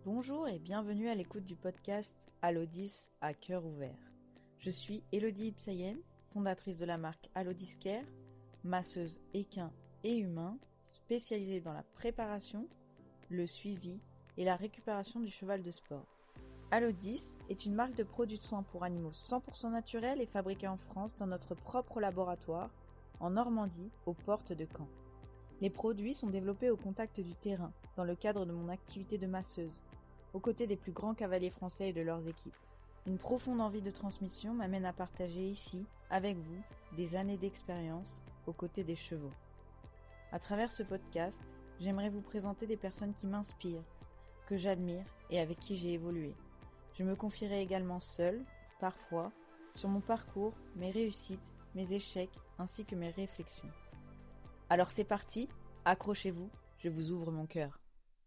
Bonjour et bienvenue à l'écoute du podcast Alodis à cœur ouvert. Je suis Elodie Ipsayen, fondatrice de la marque Alodis Care, masseuse équin et humain, spécialisée dans la préparation, le suivi et la récupération du cheval de sport. Alodis est une marque de produits de soins pour animaux 100% naturels et fabriqués en France dans notre propre laboratoire, en Normandie, aux portes de Caen. Les produits sont développés au contact du terrain, dans le cadre de mon activité de masseuse, aux côtés des plus grands cavaliers français et de leurs équipes. Une profonde envie de transmission m'amène à partager ici, avec vous, des années d'expérience aux côtés des chevaux. À travers ce podcast, j'aimerais vous présenter des personnes qui m'inspirent, que j'admire et avec qui j'ai évolué. Je me confierai également seule, parfois, sur mon parcours, mes réussites, mes échecs ainsi que mes réflexions. Alors c'est parti, accrochez-vous, je vous ouvre mon cœur.